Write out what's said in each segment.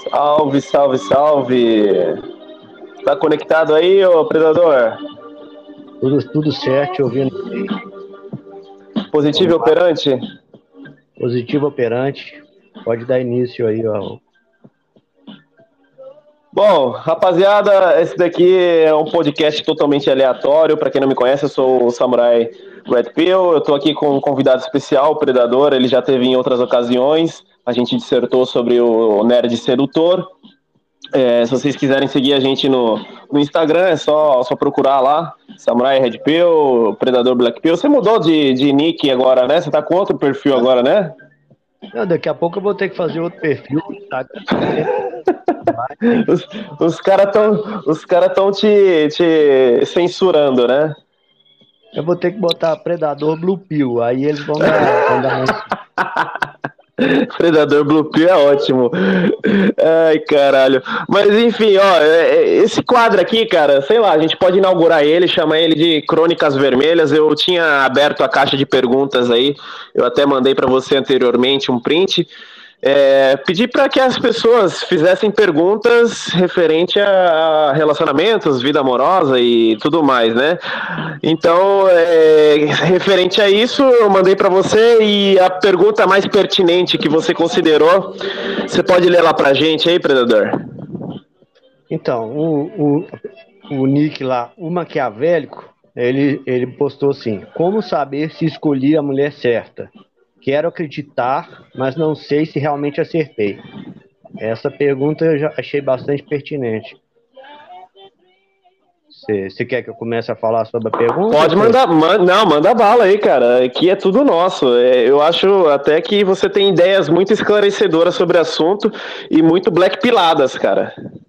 Salve, salve, salve! Tá conectado aí, ô predador? Tudo certo, ouvindo bem. Positivo e Vamos lá, operante? positivo operante. Pode dar início aí, ó. Bom, rapaziada, esse daqui é um podcast totalmente aleatório. Pra quem não me conhece, eu sou o Samurai Red Pill. Eu tô aqui com um convidado especial, o Predador. Ele já teve em outras ocasiões. A gente dissertou sobre o Nerd Sedutor. Se vocês quiserem seguir a gente no Instagram, é só procurar lá, Samurai Red Pill, Predador Black Pill. Você mudou de nick agora, né? Você tá com outro perfil agora, né? Não, daqui a pouco eu vou ter que fazer outro perfil no Instagram, porque vai. Os, os cara tão te censurando, né? Eu vou ter que botar Predador Blue Pill, aí eles vão dar mais. Predador Blue Pill é ótimo. Ai, caralho. Mas enfim, ó, esse quadro aqui, cara, sei lá, a gente pode inaugurar ele, chamar ele de Crônicas Vermelhas. Eu tinha aberto a caixa de perguntas aí, eu até mandei pra você anteriormente um print. Pedi para que as pessoas fizessem perguntas referente a relacionamentos, vida amorosa e tudo mais, né? Então, referente a isso, eu mandei para você e a pergunta mais pertinente que você considerou, você pode ler lá para a gente aí, Predador? Então, o Nick lá, o maquiavélico, ele postou assim: como saber se escolhi a mulher certa? Quero acreditar, mas não sei se realmente acertei. Essa pergunta eu já achei bastante pertinente. Você quer que eu comece a falar sobre a pergunta? Pode mandar, não, manda bala aí, cara. Aqui é tudo nosso. Eu acho até que você tem ideias muito esclarecedoras sobre o assunto e muito black piladas, cara.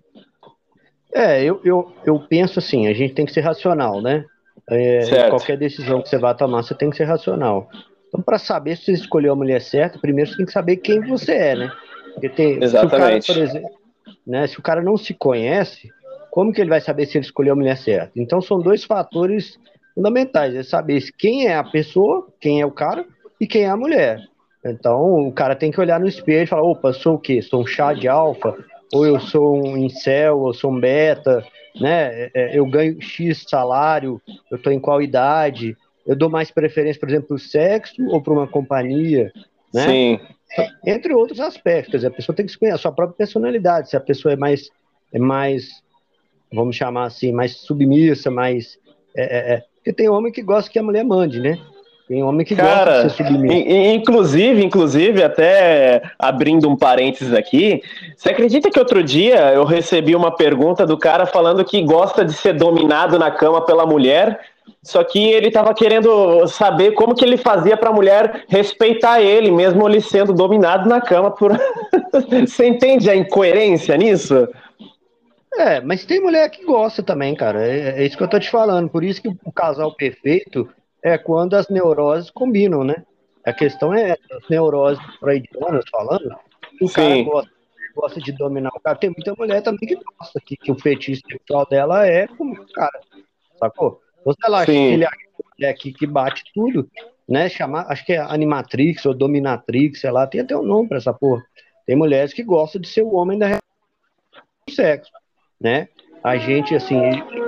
Eu penso assim, a gente tem que ser racional, né? Certo. Qualquer decisão que você vai tomar, você tem que ser racional. Então, para saber se você escolheu a mulher certa, primeiro você tem que saber quem você é, né? Porque se o cara, por Exatamente. exemplo, né, se o cara não se conhece, como que ele vai saber se ele escolheu a mulher certa? Então, são dois fatores fundamentais, é saber quem é a pessoa, quem é o cara e quem é a mulher. Então, o cara tem que olhar no espelho e falar, opa, sou o quê? Sou um chá de alfa? Ou eu sou um incel, ou sou um beta, né? Eu ganho X salário, eu estou em qual idade? Eu dou mais preferência, por exemplo, para o sexo ou para uma companhia, né? Sim. Entre outros aspectos, quer dizer, a pessoa tem que escolher a sua própria personalidade, se a pessoa é mais, vamos chamar assim, mais submissa, mais. Porque tem homem que gosta que a mulher mande, né? Tem homem que gosta de ser Cara, submisso. inclusive, até abrindo um parênteses aqui, você acredita que outro dia eu recebi uma pergunta do cara falando que gosta de ser dominado na cama pela mulher, só que ele estava querendo saber como que ele fazia para a mulher respeitar ele, mesmo ele sendo dominado na cama por. Você entende a incoerência nisso? Mas tem mulher que gosta também, cara. É isso que eu tô te falando. Por isso que o casal perfeito é quando as neuroses combinam, né? A questão é essa, as neuroses freudianas falando, o cara Sim, gosta de dominar o cara. Tem muita mulher também que gosta, que o fetiche sexual dela é comer o cara, sacou? Ou se ela acha que ele sim. acha que é que bate tudo, né? Acho que é animatrix ou dominatrix, sei lá, tem até um nome pra essa porra. Tem mulheres que gostam de ser o homem da sexo, né? A gente, assim,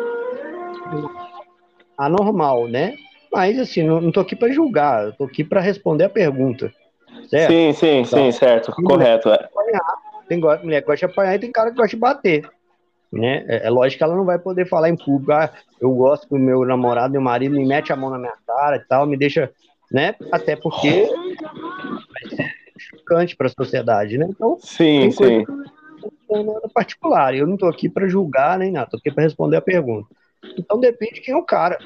anormal, né? Mas, assim, não tô aqui para julgar, eu tô aqui para responder a pergunta, certo? Sim, sim, Então, sim, certo, tem mulher correto. que gosta de apanhar, mulher que gosta de apanhar e tem cara que gosta de bater, né? É lógico que ela não vai poder falar em público, eu gosto que o meu namorado, meu marido me mete a mão na minha cara e tal, me deixa, né? Até porque é chocante para a sociedade, né? Então, Sim, tem coisa sim. nada particular. Eu não estou aqui para julgar nem nada, estou aqui para responder a pergunta. Então depende de quem é o cara,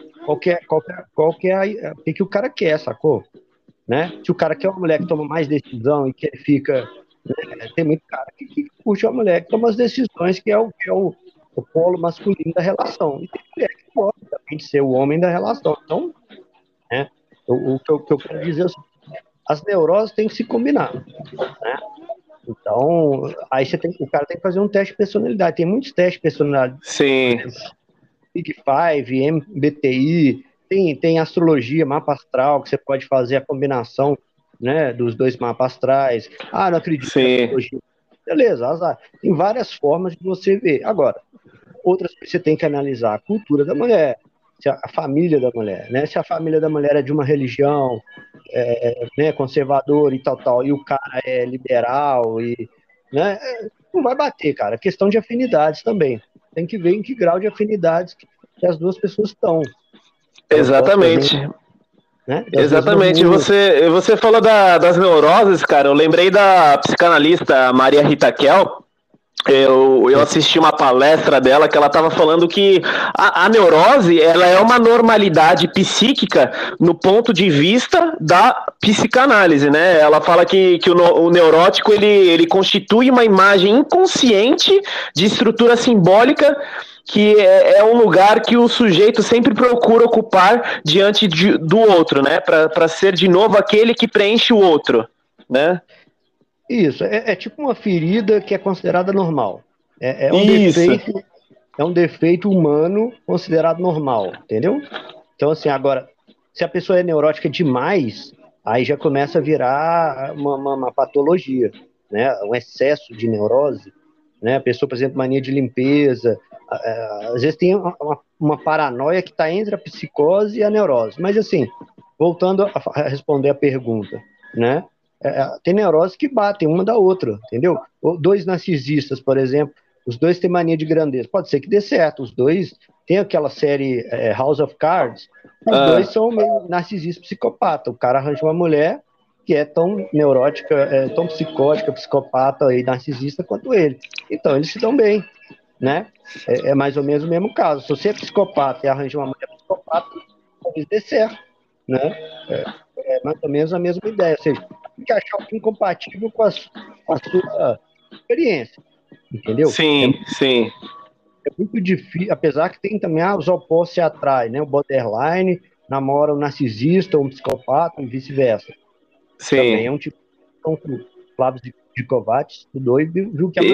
o que o cara quer, sacou? Né? Se o cara quer uma mulher que toma mais decisão e que ele fica. Tem muito cara que curte uma mulher que toma as decisões, que é o polo masculino da relação. E tem mulher que gosta também de ser o homem da relação. Então, né? O que eu quero dizer é o seguinte, as neuroses têm que se combinar, né? Então, aí o cara tem que fazer um teste de personalidade. Tem muitos testes de personalidade, por Sim. exemplo, Big Five, MBTI, tem astrologia, mapa astral, que você pode fazer a combinação, né, dos dois mapas astrais. Ah, não acredito em Sim. astrologia. beleza, azar. Tem várias formas de você ver. Agora, outras você tem que analisar a cultura da mulher, a família da mulher, né? Se a família da mulher é de uma religião, né, conservadora e tal, e o cara é liberal, e, né, não vai bater, cara. Questão de afinidades também. Tem que ver em que grau de afinidades que as duas pessoas estão. Exatamente. Né, Exatamente. Você falou das neuroses, cara. Eu lembrei da psicanalista Maria Rita Kell. Eu assisti uma palestra dela que ela estava falando que a neurose ela é uma normalidade psíquica no ponto de vista da psicanálise, né? Ela fala que o neurótico ele constitui uma imagem inconsciente de estrutura simbólica que é um lugar que o sujeito sempre procura ocupar diante do outro, né? Para ser de novo aquele que preenche o outro, né? Isso, é tipo uma ferida que é considerada normal. É um defeito humano considerado normal, entendeu? Então, assim, agora, se a pessoa é neurótica demais, aí já começa a virar uma patologia, né? Um excesso de neurose, né? A pessoa, por exemplo, mania de limpeza, às vezes tem uma paranoia que está entre a psicose e a neurose. Mas, assim, voltando a responder a pergunta, né? Tem neuroses que batem uma da outra, entendeu? Dois narcisistas, por exemplo, os dois têm mania de grandeza. Pode ser que dê certo, os dois têm aquela série House of Cards, os dois são meio narcisista psicopata. O cara arranja uma mulher que é tão neurótica, tão psicótica, psicopata e narcisista quanto ele. Então, eles se dão bem, né? É mais ou menos o mesmo caso. Se você é psicopata e arranja uma mulher psicopata, talvez dê certo, né? É mais ou menos a mesma ideia. Ou seja, tem que achar alguém compatível com a sua experiência, entendeu? Sim, sim. É muito difícil, apesar que tem também os opostos se atraem, né? O borderline namora um narcisista, um psicopata e vice-versa. Sim. Também é um tipo de Flávio Zikovac estudou e viu que a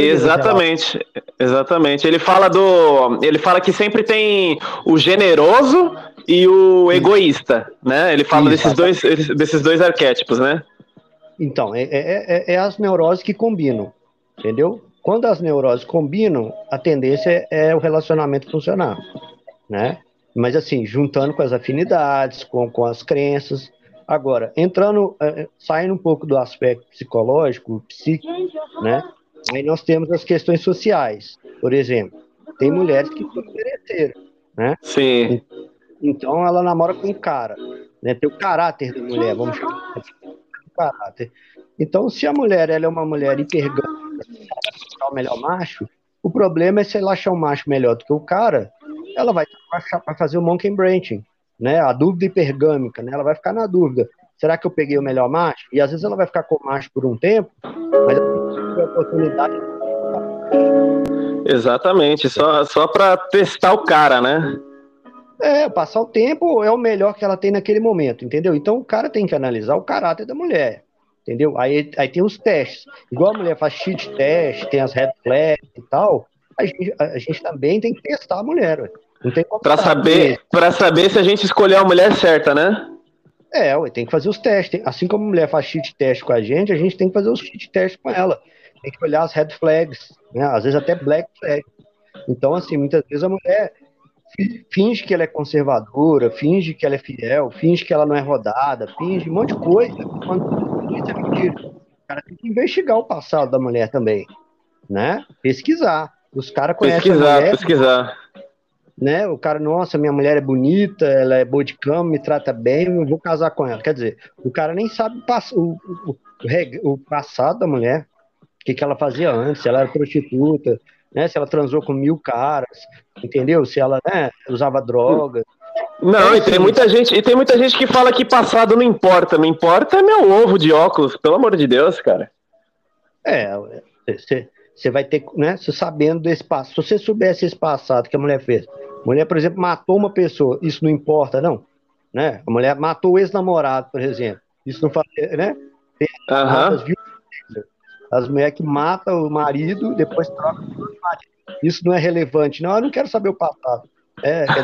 Exatamente. Ele fala que sempre tem o generoso e o egoísta, né? Ele fala desses dois arquétipos, né? Então, é as neuroses que combinam, entendeu? Quando as neuroses combinam, a tendência é o relacionamento funcionar, né? Mas assim, juntando com as afinidades, com as crenças. Agora, saindo um pouco do aspecto psicológico, psíquico, né? Aí nós temos as questões sociais. Por exemplo, tem mulheres que se ofereceram, né? Sim. Então ela namora com um cara, né? Tem o caráter da mulher, vamos chamar de caráter. Então, se a mulher ela é uma mulher hipergâmica, o melhor macho, o problema é se ela achar um macho melhor do que o cara, ela vai fazer o monkey branching, né? A dúvida hipergâmica, né? Ela vai ficar na dúvida. Será que eu peguei o melhor macho? E às vezes ela vai ficar com o macho por um tempo, mas ela tem a oportunidade. Exatamente, só para testar o cara, né? Passar o tempo é o melhor que ela tem naquele momento, entendeu? Então o cara tem que analisar o caráter da mulher, entendeu? Aí tem os testes. Igual a mulher faz cheat test, tem as red flags e tal, a gente também tem que testar a mulher, ué. Não tem como para saber se a gente escolheu a mulher certa, né? Tem que fazer os testes. Assim como a mulher faz cheat test com a gente tem que fazer os cheat test com ela. Tem que olhar as red flags, né? Às vezes até black flag. Então, assim, muitas vezes a mulher finge que ela é conservadora, finge que ela é fiel, finge que ela não é rodada, finge um monte de coisa, quando isso é mentira. O cara tem que investigar o passado da mulher também, né? Pesquisar. Os caras conhecem a mulher. Pesquisar. Né? O cara, nossa, minha mulher é bonita, ela é boa de cama, me trata bem, eu vou casar com ela. Quer dizer, o cara nem sabe o passado da mulher, o que ela fazia antes, se ela era prostituta, né? Se ela transou com 1000 caras, entendeu? Se ela, né, usava droga. Não, e tem muita gente que fala que passado não importa é meu ovo de óculos, pelo amor de Deus, cara. Você vai ter, né, você sabendo desse passado, se você soubesse esse passado que a mulher fez, a mulher, por exemplo, matou uma pessoa, isso não importa, não, né? A mulher matou o ex-namorado, por exemplo, isso não faz, né? As mulheres que matam o marido, depois trocam o marido. Isso não é relevante, não, eu não quero saber o passado. Quer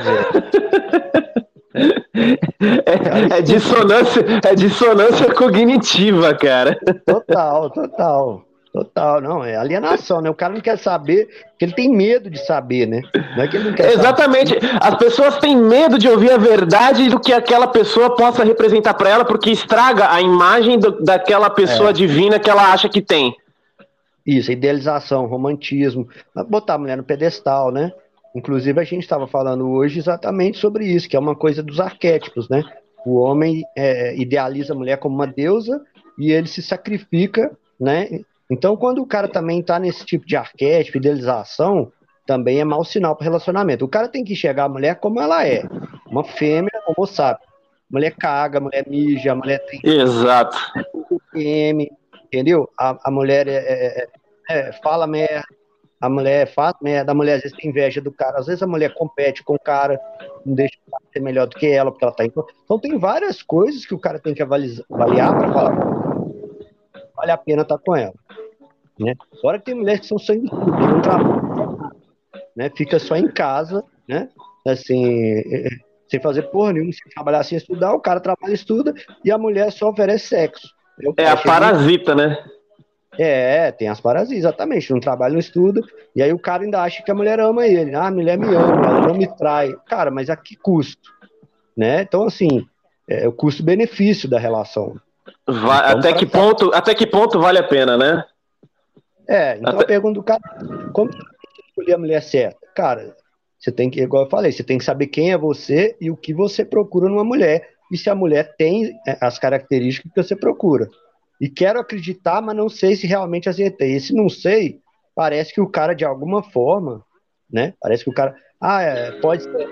dizer... É dissonância cognitiva, cara. Total. Total, não, é alienação, né? O cara não quer saber, porque ele tem medo de saber, né? Não é que ele não quer saber. Exatamente. As pessoas têm medo de ouvir a verdade do que aquela pessoa possa representar para ela, porque estraga a imagem daquela pessoa É, divina que ela acha que tem. isso, idealização, romantismo, botar a mulher no pedestal, né? Inclusive, a gente estava falando hoje exatamente sobre isso, que é uma coisa dos arquétipos, né? O homem idealiza a mulher como uma deusa e ele se sacrifica, né? Então, quando o cara também está nesse tipo de arquétipo, idealização, também é mau sinal para relacionamento. O cara tem que enxergar a mulher como ela é, uma fêmea, como sabe. Mulher caga, mulher mija, mulher tem Exato. PM, entendeu? A mulher fala merda, a mulher faz merda, a mulher às vezes tem inveja do cara, às vezes a mulher compete com o cara, não deixa o cara ser melhor do que ela, porque ela tá em... Então tem várias coisas que o cara tem que avaliar para falar, vale a pena estar com ela, né? Agora que tem mulheres que são sanguessugas, não trabalham, né? Fica só em casa, né? Assim, sem fazer porra nenhuma, sem trabalhar, sem estudar, o cara trabalha e estuda e a mulher só oferece sexo. O É cara a chega em parasita, né? tem as parasitas, exatamente. Não trabalha, não estuda, e aí o cara ainda acha que a mulher ama ele. Ah, a mulher me ama, ela não me trai. Cara, mas a que custo? Né? Então, assim, é o custo-benefício da relação. Então, Até que ponto vale a pena, né? então a Até... pergunta do cara, como você escolher a mulher certa? Cara, você tem que, igual eu falei, você tem que saber quem é você e o que você procura numa mulher, e se a mulher tem as características que você procura. E quero acreditar, mas não sei se realmente acertei. E se não sei, parece que o cara, de alguma forma, né? Parece que o cara. Pode ser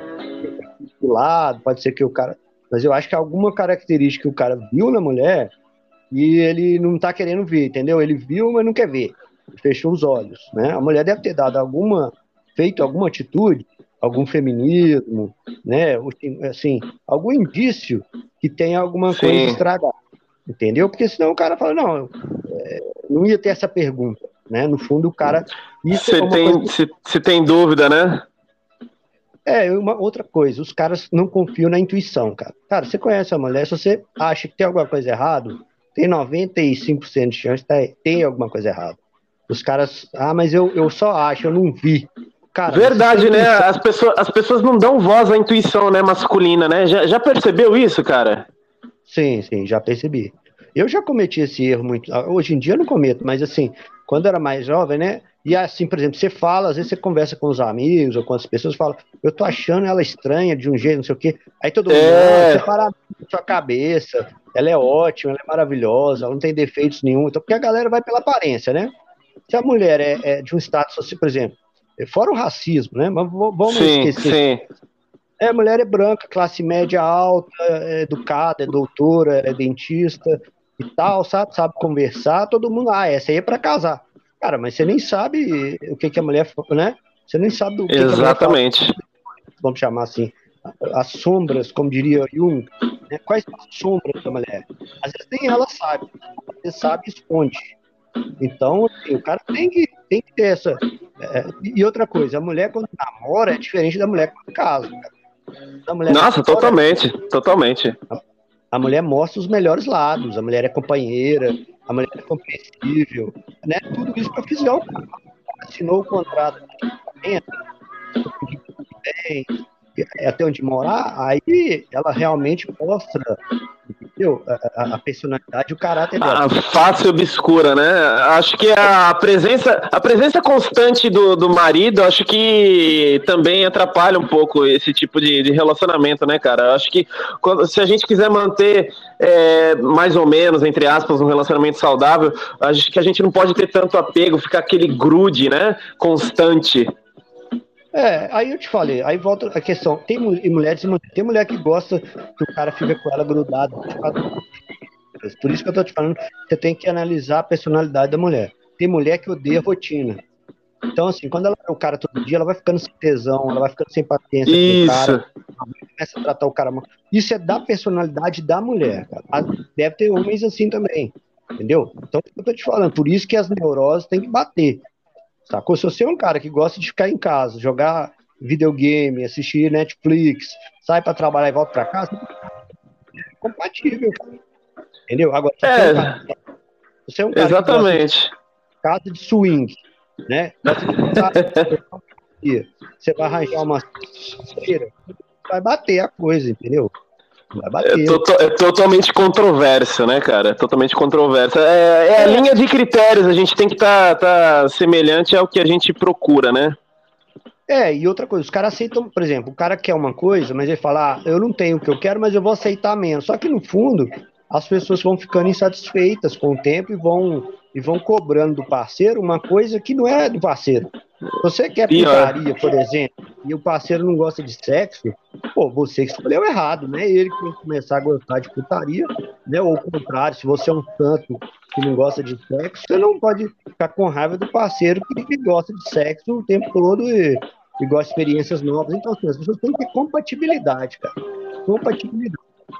do lado, pode ser que o cara. Mas eu acho que alguma característica que o cara viu na mulher e ele não tá querendo ver, entendeu? Ele viu, mas não quer ver. Fechou os olhos, né? A mulher deve ter dado feito alguma atitude, algum feminismo, né? Assim, algum indício que tenha alguma coisa Sim. estragada, entendeu? Porque senão o cara fala, não, não ia ter essa pergunta, né? No fundo, o cara. Isso é uma coisa. Se tem dúvida, né? Uma outra coisa, os caras não confiam na intuição, cara. Cara, você conhece a mulher, se você acha que tem alguma coisa errada, tem 95% de chance de ter alguma coisa errada. Os caras, mas eu só acho, eu não vi. Cara, mas se sua Verdade, né? intuição. As pessoas não dão voz à intuição, né, masculina, né? Já percebeu isso, cara? Sim, sim, já percebi. Eu já cometi esse erro muito. Hoje em dia eu não cometo, mas assim, quando eu era mais jovem, né? E assim, por exemplo, você fala, às vezes você conversa com os amigos ou com as pessoas, fala, eu tô achando ela estranha de um jeito, não sei o quê. Aí todo mundo, não, isso é É, parada na sua cabeça, ela é ótima, ela é maravilhosa, ela não tem defeitos nenhum. Então, porque a galera vai pela aparência, né? Se a mulher é de um status, assim, por exemplo, fora o racismo, né? Mas vamos sim, esquecer. sim. A mulher é branca, classe média alta, é educada, é doutora, é dentista e tal, sabe conversar, todo mundo, essa aí é para casar. Cara, mas você nem sabe o que que a mulher, né? Você nem sabe o que que a mulher fala, Exatamente. vamos chamar assim, as sombras, como diria Jung, né? Quais são as sombras da mulher? Às vezes nem ela sabe, às vezes sabe e esconde. Então, assim, o cara tem que ter essa. E outra coisa, a mulher quando namora é diferente da mulher quando casa. A mulher Nossa, namora, totalmente, totalmente. a mulher mostra os melhores lados, a mulher é companheira, a mulher é compreensível, né? Tudo isso que eu fiz, o cara assinou o contrato, tem, até onde morar, aí ela realmente mostra, entendeu? A personalidade e o caráter dela. A face obscura, né? Acho que a presença constante do marido, acho que também atrapalha um pouco esse tipo de relacionamento, né, cara? Acho que se a gente quiser manter mais ou menos, entre aspas, um relacionamento saudável, acho que a gente não pode ter tanto apego, ficar aquele grude, né? Constante. Aí eu te falei, aí volta a questão, tem mulheres e mulheres, tem mulher que gosta que o cara fica com ela grudado 24 horas. Por isso que eu tô te falando, você tem que analisar a personalidade da mulher. Tem mulher que odeia rotina. Então, assim, quando ela vê o cara todo dia, ela vai ficando sem tesão, ela vai ficando sem paciência com o cara, Isso. começa a tratar o cara mal. Isso é da personalidade da mulher, cara. Deve ter homens assim também, entendeu? Então, eu tô te falando, por isso que as neuroses têm que bater, sacou? Se você é um cara que gosta de ficar em casa, jogar videogame, assistir Netflix, sai pra trabalhar e volta pra casa, é compatível, cara. Entendeu? Agora, se você é um cara que gosta de Exatamente. casa de swing, né? Você vai arranjar uma feira, vai bater a coisa, entendeu? Vai bater. É totalmente controverso, né, cara? Totalmente controverso. É a linha de critérios, a gente tem que tá semelhante ao que a gente procura, né? E outra coisa, os caras aceitam, por exemplo, o cara quer uma coisa, mas ele fala, eu não tenho o que eu quero, mas eu vou aceitar menos. Só que no fundo, as pessoas vão ficando insatisfeitas com o tempo e vão cobrando do parceiro uma coisa que não é do parceiro. Se você quer putaria, por exemplo, e o parceiro não gosta de sexo, pô, você que escolheu errado, né? Ele que tem que começar a gostar de putaria, né? Ou ao contrário, se você é um santo que não gosta de sexo, você não pode ficar com raiva do parceiro que gosta de sexo o tempo todo e gosta de experiências novas. Então, assim, as pessoas têm que ter compatibilidade, cara. Compatibilidade.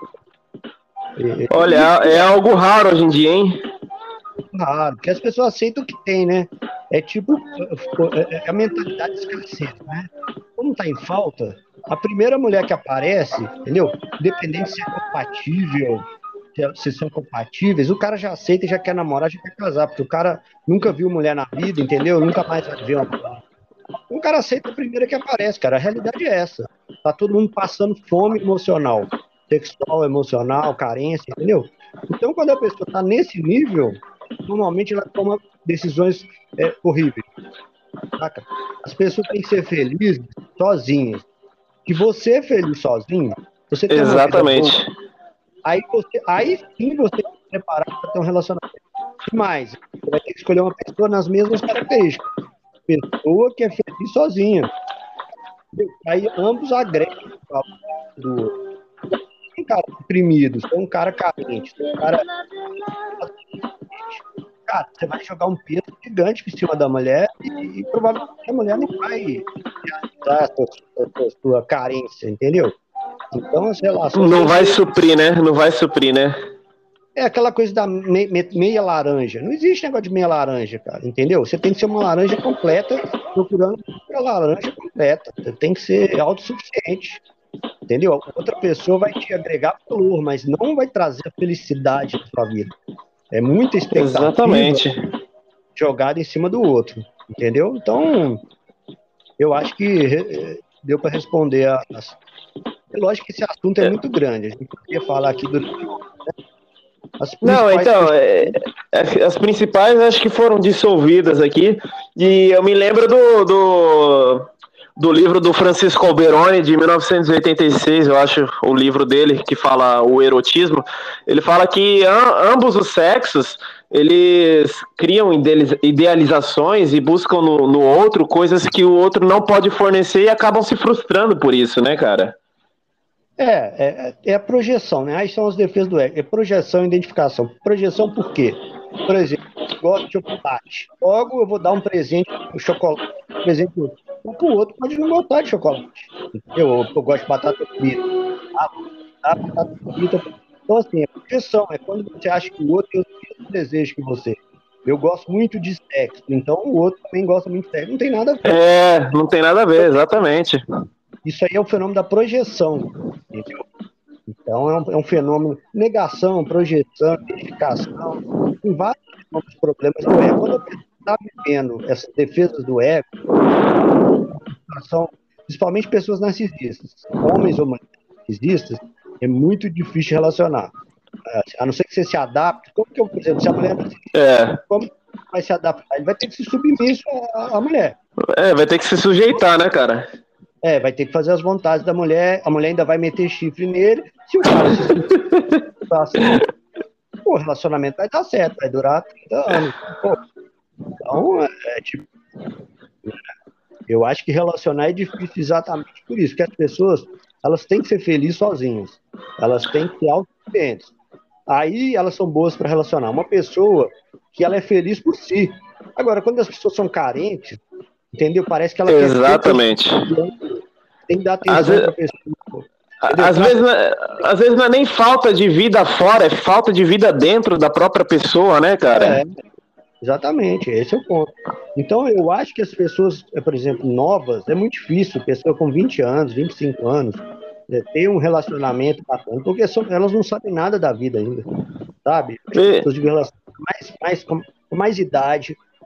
Olha, é algo raro hoje em dia, hein? Raro, porque as pessoas aceitam o que tem, né? É tipo a mentalidade de escassez, né? Quando tá em falta, a primeira mulher que aparece, entendeu? Independente se é compatível, se são compatíveis, o cara já aceita e já quer namorar, já quer casar, porque o cara nunca viu mulher na vida, entendeu? Nunca mais vai ver uma mulher. O cara aceita a primeira que aparece, cara. A realidade é essa. Tá todo mundo passando fome emocional, sexual, emocional, carência, entendeu? Então, quando a pessoa tá nesse nível, normalmente ela toma decisões horríveis. Saca? As pessoas têm que ser felizes sozinhas. Se você é feliz sozinho, você tem uma vida boa, aí sim você tem que se preparar para ter um relacionamento. Mas você vai ter que escolher uma pessoa nas mesmas características. Pessoa que é feliz sozinha. Aí ambos agregam do um cara deprimido, você é um cara carente, você é um cara. Cara, você vai jogar um peso gigante em cima da mulher e provavelmente a mulher não vai realizar a sua carência, entendeu? Então as relações. Não vai suprir, né? Não vai suprir, né? É aquela coisa da meia laranja. Não existe negócio de meia laranja, cara, entendeu? Você tem que ser uma laranja completa, procurando uma laranja completa. Você tem que ser autossuficiente, entendeu? Outra pessoa vai te agregar valor, mas não vai trazer a felicidade na sua vida. É muita expectativa. Exatamente. Jogada em cima do outro, entendeu? Então, eu acho que deu para responder É lógico que esse assunto é muito grande. A gente poderia falar aqui do. Não, então, as principais acho que foram dissolvidas aqui, e eu me lembro do livro do Francisco Alberoni, de 1986, eu acho, o livro dele, que fala o erotismo. Ele fala que ambos os sexos, eles criam idealizações e buscam no outro coisas que o outro não pode fornecer e acabam se frustrando por isso, né, cara? É a projeção, né? Aí são os defeitos do ego. É projeção e identificação. Projeção por quê? Por exemplo, eu gosto de chocolate. Logo, eu vou dar um presente, um chocolate, um presente pro outro. O outro pode não gostar de chocolate. Eu gosto de batata frita. Batata frita. Então, assim, é projeção. É quando você acha que o outro tem os mesmos desejos que você. Eu gosto muito de sexo, então o outro também gosta muito de sexo. Não tem nada a ver. Não tem nada a ver, exatamente. Isso aí é o fenômeno da projeção, entendeu? Então é um fenômeno, negação, projeção, identificação, tem vários problemas do ego. Quando a pessoa está vivendo essas defesas do ego, são principalmente pessoas narcisistas, homens ou mulheres narcisistas, é muito difícil de relacionar. A não ser que você se adapte, como que eu, por exemplo, se a mulher é narcisista, como vai se adaptar? Ele vai ter que se submisso à mulher. Vai ter que se sujeitar, né, cara? Vai ter que fazer as vontades da mulher, a mulher ainda vai meter chifre nele, se o cara se o relacionamento vai dar certo, vai durar 30 anos. Pô, então, tipo, eu acho que relacionar é difícil exatamente por isso, porque as pessoas, elas têm que ser felizes sozinhas, elas têm que ser autossuficientes. Aí elas são boas para relacionar. Uma pessoa que ela é feliz por si. Agora, quando as pessoas são carentes, entendeu? Parece que ela exatamente. Tem que dar atenção para a pessoa. Às vezes não é nem falta de vida fora, é falta de vida dentro da própria pessoa, né, cara? Exatamente, esse é o ponto. Então, eu acho que as pessoas, por exemplo, novas, é muito difícil, pessoa com 20 anos, 25 anos, ter um relacionamento bacana, porque elas não sabem nada da vida ainda, sabe? As pessoas de relacionamento com mais idade,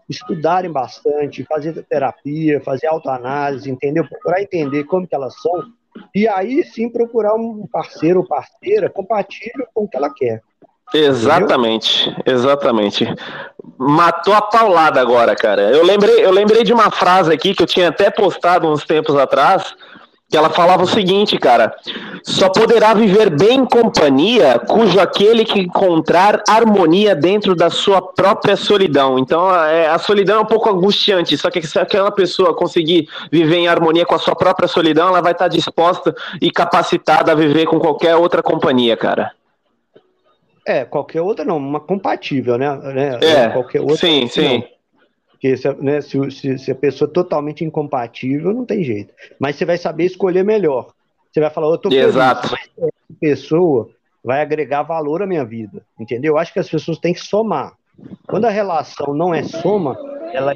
estudarem bastante, fazer terapia, fazer autoanálise, entendeu? Procurar entender como que elas são, e aí sim procurar um parceiro ou parceira compatível com o que ela quer. Exatamente, exatamente. Matou a paulada agora, cara. Eu lembrei de uma frase aqui que eu tinha até postado uns tempos atrás, que ela falava o seguinte, cara: só poderá viver bem em companhia cujo aquele que encontrar harmonia dentro da sua própria solidão. Então, a solidão é um pouco angustiante, só que se aquela pessoa conseguir viver em harmonia com a sua própria solidão, ela vai estar disposta e capacitada a viver com qualquer outra companhia, cara. Qualquer outra não, uma compatível, né? Qualquer outra, sim, sim. Não. Porque né, se a pessoa é totalmente incompatível, não tem jeito. Mas você vai saber escolher melhor. Você vai falar, eu tô feliz, exato, mas essa pessoa vai agregar valor à minha vida, entendeu? Eu acho que as pessoas têm que somar. Quando a relação não é soma, ela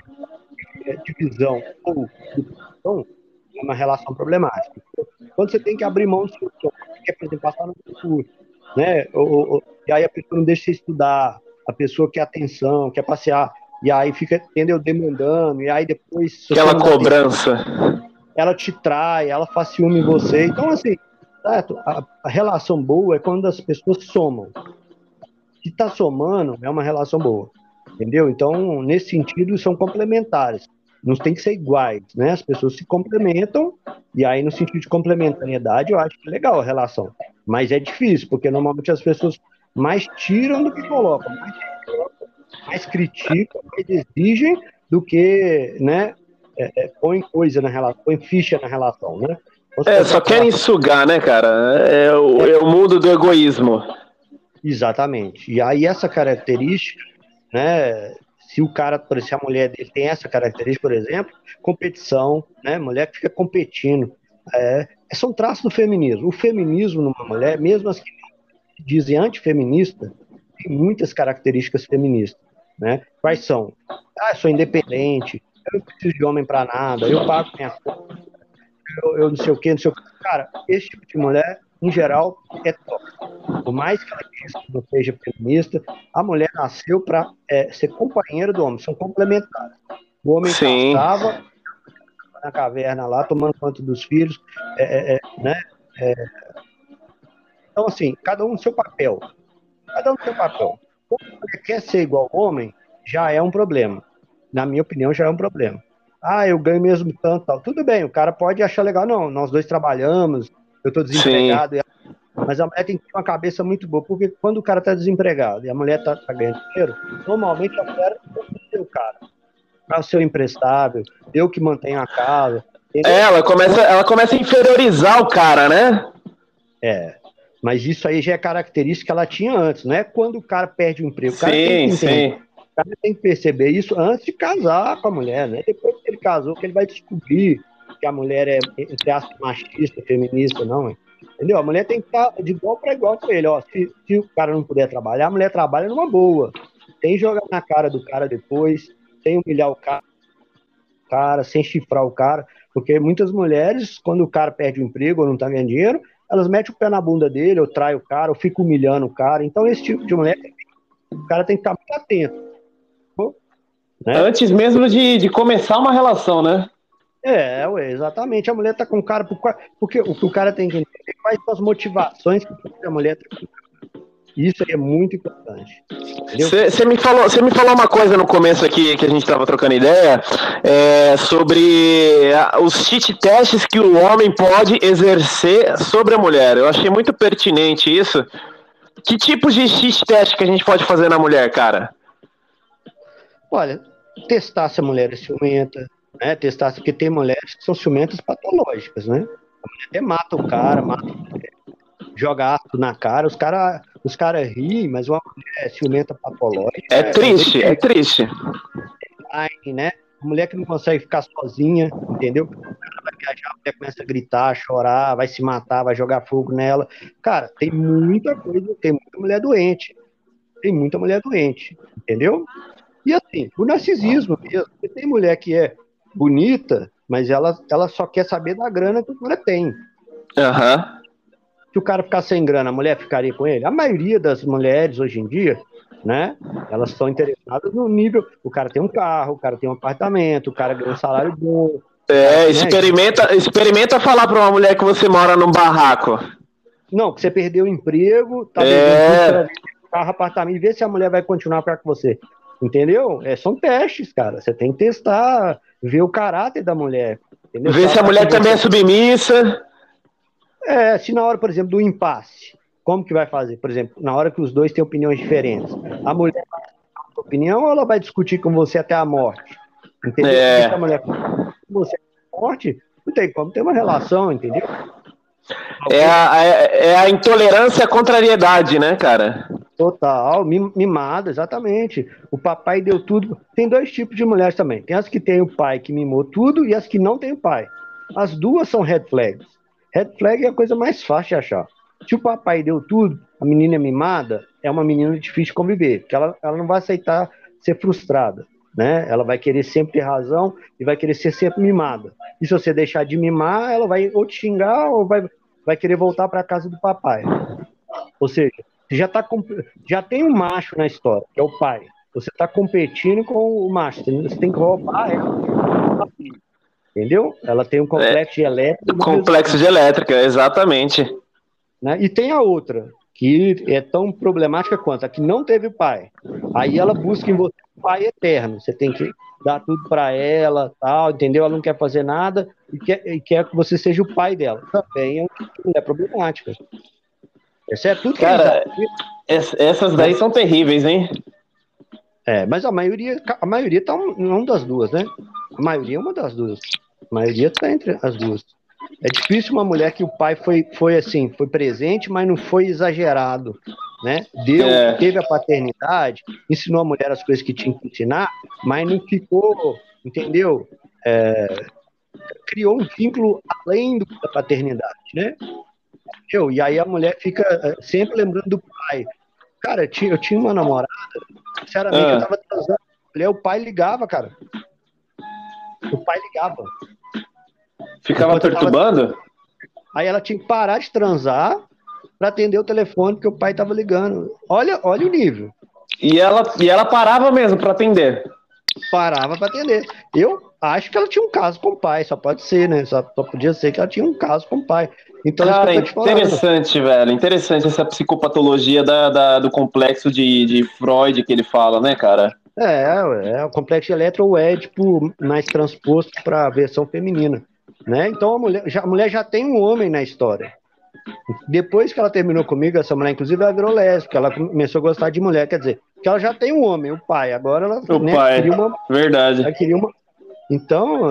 é divisão ou subtração, é uma relação problemática. Quando você tem que abrir mão do seu sonho, você quer, por exemplo, passar no concurso, né? E aí a pessoa não deixa você estudar, a pessoa quer atenção, quer passear, e aí fica, entendeu, demandando, e aí depois... aquela cobrança. Atenção, ela te trai, ela faz ciúme em você. Então, assim, certo? A relação boa é quando as pessoas somam. Se está somando, é uma relação boa, entendeu? Então, nesse sentido, são complementares. Não tem que ser iguais, né? As pessoas se complementam, e aí, no sentido de complementariedade, eu acho que é legal a relação. Mas é difícil, porque normalmente as pessoas mais tiram do que colocam, mais criticam, mais exigem do que, né, põe coisa na relação, põe ficha na relação, né? Só querem sugar, né, cara? É o mundo do egoísmo. Exatamente. E aí essa característica, né, se o cara, se a mulher dele tem essa característica, por exemplo, competição, né, mulher que fica competindo, são traços do feminismo. O feminismo numa mulher, mesmo as que dizem antifeminista, tem muitas características feministas, né? Quais são? Eu sou independente, eu não preciso de homem para nada, eu pago minha conta, eu não sei o que, não sei o que. Cara, esse tipo de mulher, em geral, é top. Por mais que ela não seja feminista, a mulher nasceu para ser companheira do homem, são complementares. O homem caçava na caverna lá, tomando conta dos filhos, né? Então, assim, cada um no seu papel. Cada um no seu papel. Quando a mulher quer ser igual ao homem, já é um problema. Na minha opinião, já é um problema. Eu ganho mesmo tanto, tal. Tudo bem, o cara pode achar legal. Não, nós dois trabalhamos, eu estou desempregado. Mas a mulher tem que ter uma cabeça muito boa, porque quando o cara está desempregado e a mulher está ganhando dinheiro, normalmente a mulher é o cara. O seu imprestável, eu que mantenho a casa. Ela começa a inferiorizar o cara, né? Mas isso aí já é característica que ela tinha antes, não é quando o cara perde o emprego. O cara o cara tem que perceber isso antes de casar com a mulher, né? Depois que ele casou, que ele vai descobrir que a mulher é, entre aspas, machista, feminista, não, entendeu? A mulher tem que estar de igual para igual com ele. Ó, se o cara não puder trabalhar, a mulher trabalha numa boa. Sem jogar na cara do cara depois, sem humilhar o cara, sem chifrar o cara. Porque muitas mulheres, quando o cara perde o emprego ou não tá ganhando dinheiro, elas metem o pé na bunda dele, ou trai o cara, ou fica humilhando o cara. Então, esse tipo de mulher, o cara tem que estar muito atento. Né? Antes mesmo de começar uma relação, né? Exatamente. A mulher tá com o cara, porque o que o cara tem que entender quais são as motivações que a mulher tá com o cara. Isso é muito importante. Você me falou uma coisa no começo aqui que a gente estava trocando ideia sobre os cheat tests que o homem pode exercer sobre a mulher. Eu achei muito pertinente isso. Que tipos de cheat test que a gente pode fazer na mulher, cara? Olha, testar se a mulher é ciumenta, né? Testar, porque tem mulheres que são ciumentas patológicas, né? A mulher até mata o cara, joga ácido na cara, os cara riem, mas uma mulher ciumenta patológica... É triste. Né? A mulher que não consegue ficar sozinha, entendeu? Ela vai viajar, a mulher começa a gritar, chorar, vai se matar, vai jogar fogo nela. Cara, tem muita coisa, tem muita mulher doente. Entendeu? E assim, o narcisismo mesmo. Porque tem mulher que é bonita, mas ela só quer saber da grana que o cara tem. Se o cara ficar sem grana, a mulher ficaria com ele? A maioria das mulheres hoje em dia né? Elas estão interessadas no nível, o cara tem um carro, o cara tem um apartamento, o cara ganha um salário bom, cara, né? Experimenta falar pra uma mulher que você mora num barraco. Não, que você perdeu o emprego, tá devendo tudo, você vai ver carro, apartamento, e ver se a mulher vai continuar ficar com você. Entendeu? São testes, cara. Você tem que testar, ver o caráter da mulher. Entendeu? Ver se a mulher também é submissa. Se na hora, por exemplo, do impasse, como que vai fazer? Por exemplo, na hora que os dois têm opiniões diferentes, a mulher vai dar a sua opinião ou ela vai discutir com você até a morte? Entendeu? Porque se a mulher com você até a morte, não tem como ter uma relação, entendeu? É a intolerância à contrariedade, né, cara? Total, mimada, exatamente. O papai deu tudo. Tem dois tipos de mulheres também. Tem as que têm o pai que mimou tudo e as que não têm o pai. As duas são red flags. Red flag é a coisa mais fácil de achar. Se o papai deu tudo, a menina é mimada, é uma menina difícil de conviver, porque ela não vai aceitar ser frustrada, né? Ela vai querer sempre ter razão e vai querer ser sempre mimada. E se você deixar de mimar, ela vai ou te xingar ou vai querer voltar para a casa do papai. Ou seja, já tem um macho na história, que é o pai. Você está competindo com o macho. Você tem que roubar ela. Entendeu? Ela tem um complexo de elétrica. Complexo de elétrica, exatamente. Né? E tem a outra, que é tão problemática quanto a que não teve pai. Aí ela busca em você um pai eterno. Você tem que dar tudo para ela, tal, entendeu? Ela não quer fazer nada e quer que você seja o pai dela. Também é problemática. Isso é tudo que cara, essas daí são terríveis, hein? Mas a maioria tá uma das duas, né? A maioria é uma das duas. A maioria tá entre as duas. É difícil uma mulher que o pai foi assim, foi presente, mas não foi exagerado, né? Teve a paternidade, ensinou a mulher as coisas que tinha que ensinar, mas não ficou, entendeu? Criou um vínculo além da paternidade, né? E aí a mulher fica sempre lembrando do pai. Cara, eu tinha uma namorada, sinceramente, eu tava transando, o pai ligava, cara. O pai ligava. Ficava perturbando? Aí ela tinha que parar de transar para atender o telefone, porque o pai tava ligando. Olha o nível. E ela parava mesmo para atender? Parava para atender. Eu acho que ela tinha um caso com o pai, só pode ser, né? Só podia ser que ela tinha um caso com o pai. Então, cara, isso que eu tô te interessante, velho. Interessante essa psicopatologia do complexo de Freud que ele fala, né, cara? O complexo de Eletro ou Édipo mais transposto para a versão feminina, né? Então a mulher já tem um homem na história. Depois que ela terminou comigo, essa mulher, inclusive, ela virou lésbica, ela começou a gostar de mulher, quer dizer, que ela já tem um homem, o pai, agora ela queria uma... Verdade. Ela queria uma... Então,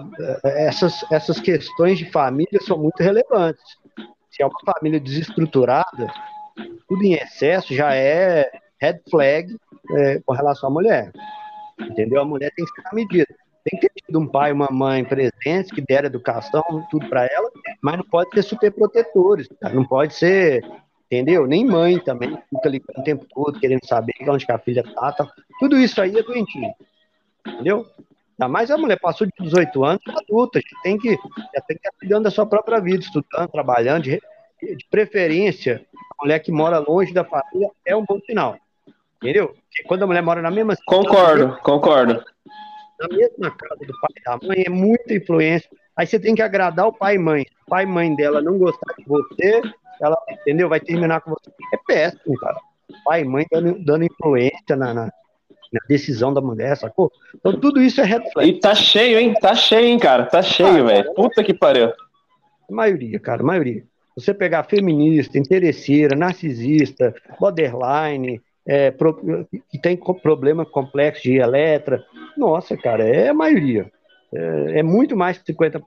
essas questões de família são muito relevantes. Se é uma família desestruturada, tudo em excesso já é red flag com relação à mulher. Entendeu? A mulher tem que ser na medida. Tem que ter tido um pai e uma mãe presentes, que deram educação, tudo para ela, mas não pode ser super protetores, cara. Não pode ser, entendeu? Nem mãe também, fica ligando o tempo todo, querendo saber onde que a filha tá. Tudo isso aí é doentinho, entendeu? Ainda mais a mulher passou de 18 anos, é adulta, já tem que estar cuidando da sua própria vida, estudando, trabalhando, de preferência, a mulher que mora longe da família é um bom sinal, entendeu? Porque quando a mulher mora na mesma cidade... Concordo. Na mesma casa do pai e da mãe, é muita influência. Aí você tem que agradar o pai e mãe. Se o pai e mãe dela não gostar de você, ela, entendeu? Vai terminar com você. É péssimo, cara. Pai e mãe dando influência na decisão da mulher, sacou? Então tudo isso é red flag. E tá cheio, hein? Tá cheio, hein, cara? Tá cheio, velho. Puta que pariu. A maioria, cara, a maioria. Você pegar feminista, interesseira, narcisista, borderline, que tem problema complexo de Eletra. Nossa, cara, é a maioria. É muito mais que 50%.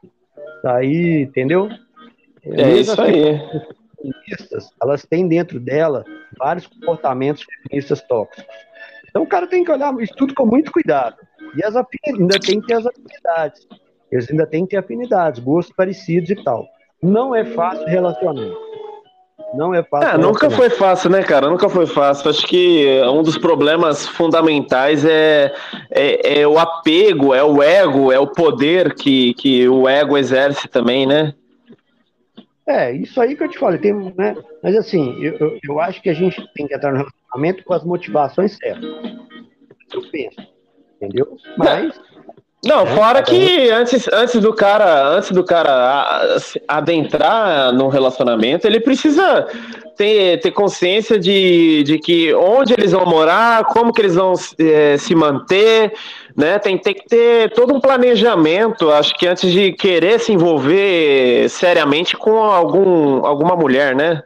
Aí, entendeu? Isso aí. Feministas, elas têm dentro dela vários comportamentos feministas tóxicos. Então o cara tem que olhar isso tudo com muito cuidado. E ainda tem que ter as afinidades. Eles ainda têm que ter afinidades, gostos parecidos e tal. Não é fácil relacionar. Não é fácil. Nunca foi fácil, né, cara? Nunca foi fácil. Acho que um dos problemas fundamentais é o apego, é o ego, é o poder que o ego exerce também, né? Isso aí que eu te falei. Né? Mas assim, eu acho que a gente tem que entrar no relacionamento relacionamento com as motivações certas. Eu penso, entendeu? Mas não, fora que antes do cara adentrar no relacionamento, ele precisa ter consciência de que onde eles vão morar, como que eles vão se manter, né? Tem que ter todo um planejamento, acho que antes de querer se envolver seriamente com alguma mulher, né?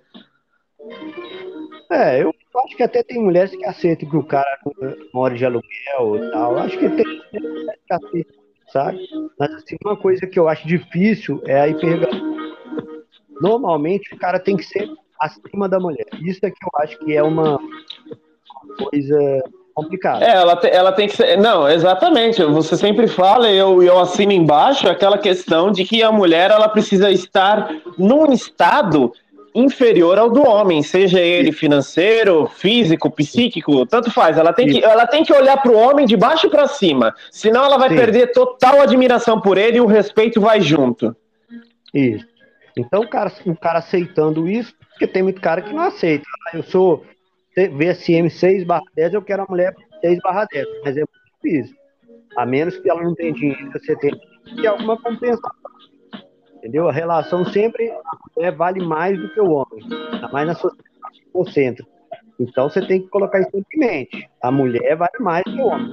eu acho que até tem mulheres que aceitam que o cara mora de aluguel e tal. Eu acho que tem mulheres que aceitam, sabe? Mas assim, uma coisa que eu acho difícil é a hipergamia. Normalmente o cara tem que ser acima da mulher. Isso é que eu acho que é uma coisa complicada. Ela tem que ser. Não, exatamente. Você sempre fala, e eu assino embaixo, aquela questão de que a mulher ela precisa estar num estado inferior ao do homem, seja ele financeiro, físico, psíquico, tanto faz. Ela tem que olhar para o homem de baixo para cima, senão ela vai perder total admiração por ele e o respeito vai junto. Isso. Então o cara aceitando isso, porque tem muito cara que não aceita. Eu sou VSM 6/10, eu quero a mulher 6/10, mas é muito difícil. A menos que ela não tenha dinheiro, você tem que ter alguma compensação. Entendeu? A relação sempre, a mulher vale mais do que o homem, ainda mais na sociedade egocêntrica. Então você tem que colocar isso em mente. A mulher vale mais do que o homem.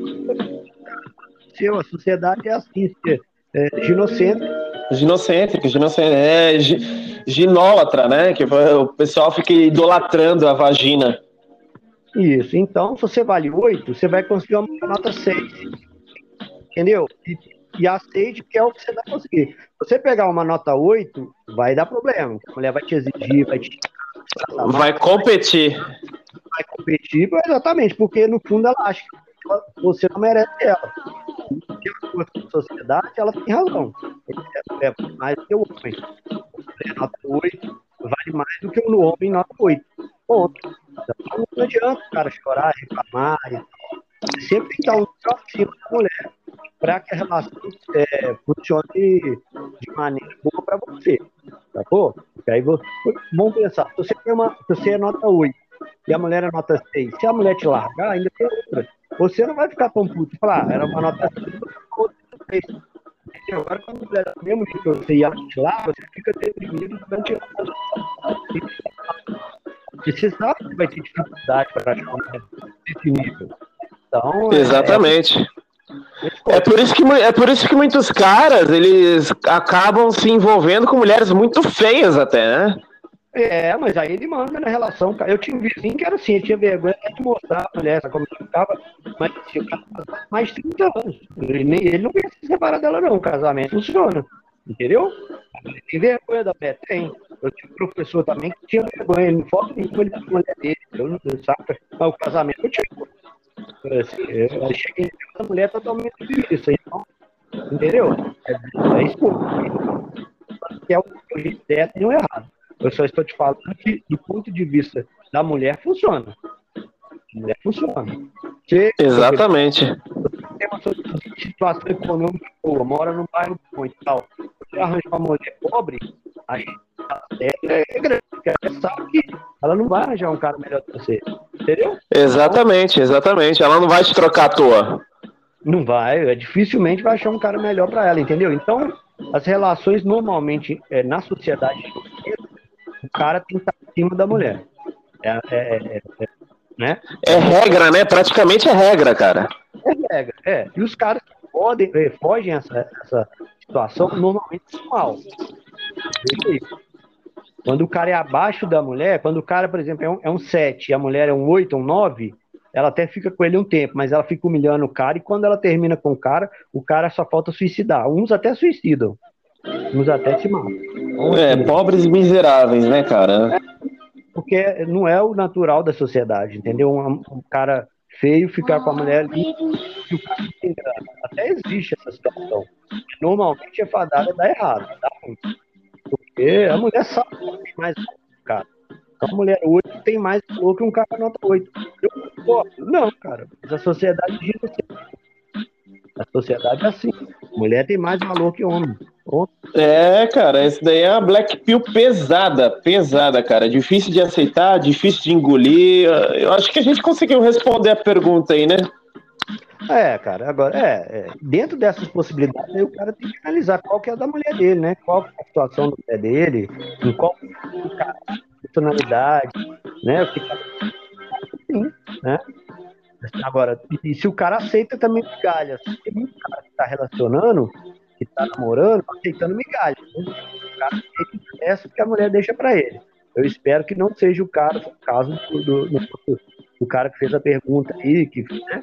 A sociedade é assim, Ginocêntrico, ginólatra, né? Que o pessoal fica idolatrando a vagina. Isso. Então, se você vale 8, você vai conseguir uma nota 6. Entendeu? E aceite que é o que você vai conseguir. Se você pegar uma nota 8, vai dar problema. A mulher vai te exigir, vai competir. Vai competir, exatamente, porque no fundo ela acha que você não merece ela. De acordo com a sociedade, ela tem razão. É mais do que o homem. Nota 8 vale mais do que o homem nota 8. Ponto. Então, não adianta o cara chorar, reclamar. Você sempre tem que estar um pouco acima da mulher para que a relação funcione de maneira boa para você. Tá bom? Porque aí vamos pensar, se você é nota 8 e a mulher é nota 6, se a mulher te largar, ainda tem outra. Você não vai ficar tão puto e falar, era uma nota 6. Agora, quando a mulher é mesmo que você e ela te larga, você fica deprimido durante anos. Porque você sabe que vai ter dificuldade para achar uma mulher desse nível. Então, exatamente. É por isso que muitos caras, eles acabam se envolvendo com mulheres muito feias até, né? Mas aí ele manda na relação. Eu tinha um vizinho que era assim, ele tinha vergonha de mostrar a mulher, como ele ficava, mas assim, o cara mais de 30 anos. Ele não quer se separar dela, não. O casamento funciona. Entendeu? Ele tem vergonha da mulher? Tem. Eu tinha um professor também que tinha vergonha. Ele não falta nenhuma ele tinha mulher dele. Eu não sabe, mas o casamento eu tinha. Assim, eu cheguei a mulher totalmente isso, então, entendeu? É isso que é o jeito certo e o errado. Eu só estou te falando que, do ponto de vista da mulher, funciona. A mulher funciona. Exatamente. Tem uma situação econômica boa, mora num bairro bom e tal. Você arranja uma mulher pobre, aí é grande, porque ela sabe que ela não vai arranjar um cara melhor que você. Entendeu? Exatamente. Ela não vai te trocar à toa. Não vai, dificilmente vai achar um cara melhor para ela, entendeu? Então, as relações normalmente na sociedade, o cara tem que estar acima da mulher. Né? É regra, né? Praticamente é regra, cara. É regra. E os caras que fogem essa situação normalmente são mal. Quando o cara é abaixo da mulher, quando o cara, por exemplo, é um 7 e a mulher é um 8, um 9, ela até fica com ele um tempo, mas ela fica humilhando o cara, e quando ela termina com o cara só falta suicidar. Uns até suicidam, uns até se matam. Então, pobres e miseráveis, né, cara? Porque não é o natural da sociedade, entendeu? Um cara feio ficar com a mulher ali, e o cara tem grana. Até existe essa situação. Normalmente é fadada dá errado, dá ruim. Porque a mulher sabe que tem mais cara. Então, a mulher 8 tem mais valor que um cara nota 8. Eu concordo. Não, cara. Mas a sociedade diz assim. A sociedade é assim. Mulher tem mais valor que homem. Pronto. Cara, esse daí é uma Black Pill pesada, pesada, cara. Difícil de aceitar, difícil de engolir. Eu acho que a gente conseguiu responder a pergunta aí, né? Cara, agora, dentro dessas possibilidades, aí o cara tem que analisar qual que é a da mulher dele, né? Qual que é a situação da mulher dele, em qual o cara, personalidade, né? O que tá assim, né? Agora, e se o cara aceita também migalhas, tem muito cara que tá relacionando, que tá namorando, aceitando migalhas, né? O cara aceita essa que a mulher deixa pra ele. Eu espero que não seja o caso do cara que fez a pergunta aí, que, né?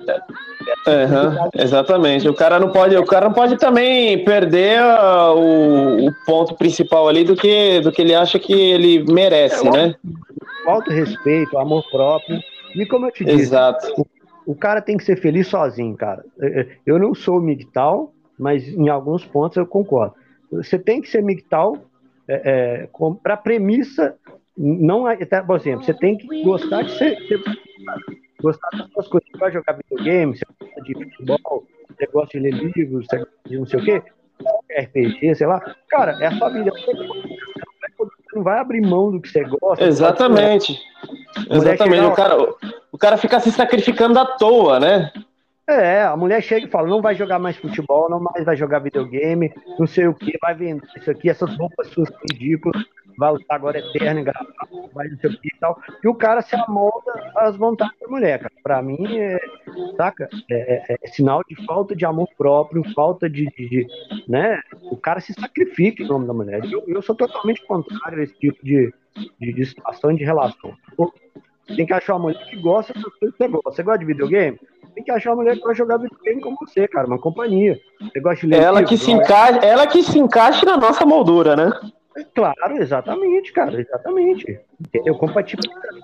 Exatamente. O cara não pode também perder o ponto principal ali do que ele acha que ele É merece, o né? autorrespeito, o amor próprio. E como eu te disse, Exato. o cara tem que ser feliz sozinho, cara. Eu não sou MGTOW, mas em alguns pontos eu concordo. Você tem que ser MGTOW para premissa, não por exemplo, você tem que gostar de gostar das suas coisas. Você vai jogar videogame, você gosta de futebol, você gosta de ler livros, você gosta de não sei o quê, RPG, sei lá. Cara, é a sua vida. Você não vai abrir mão do que você gosta por causa de mulher. Exatamente. A mulher Exatamente. chega, O cara fica se sacrificando à toa, né? a mulher chega e fala, não vai jogar mais futebol, não mais vai jogar videogame, não sei o que, vai vender isso aqui, essas roupas suas ridículas, vai usar agora eterno, engraçado, vai não sei o que e tal. E o cara se amolda às vontades da mulher, cara. Pra mim, saca? É sinal de falta de amor próprio, falta né? O cara se sacrifica em nome da mulher. Eu sou totalmente contrário a esse tipo de situação e de relação. Pô, tem que achar uma mulher que gosta das coisas que você gosta. Você gosta de videogame? Tem que achar uma mulher que vai jogar videogame com você, cara, uma companhia. Você gosta de ler Ela que livro? se encaixe, ela que se encaixe na nossa moldura, né? Claro, exatamente, cara, exatamente. Entendeu? Compatibilidade.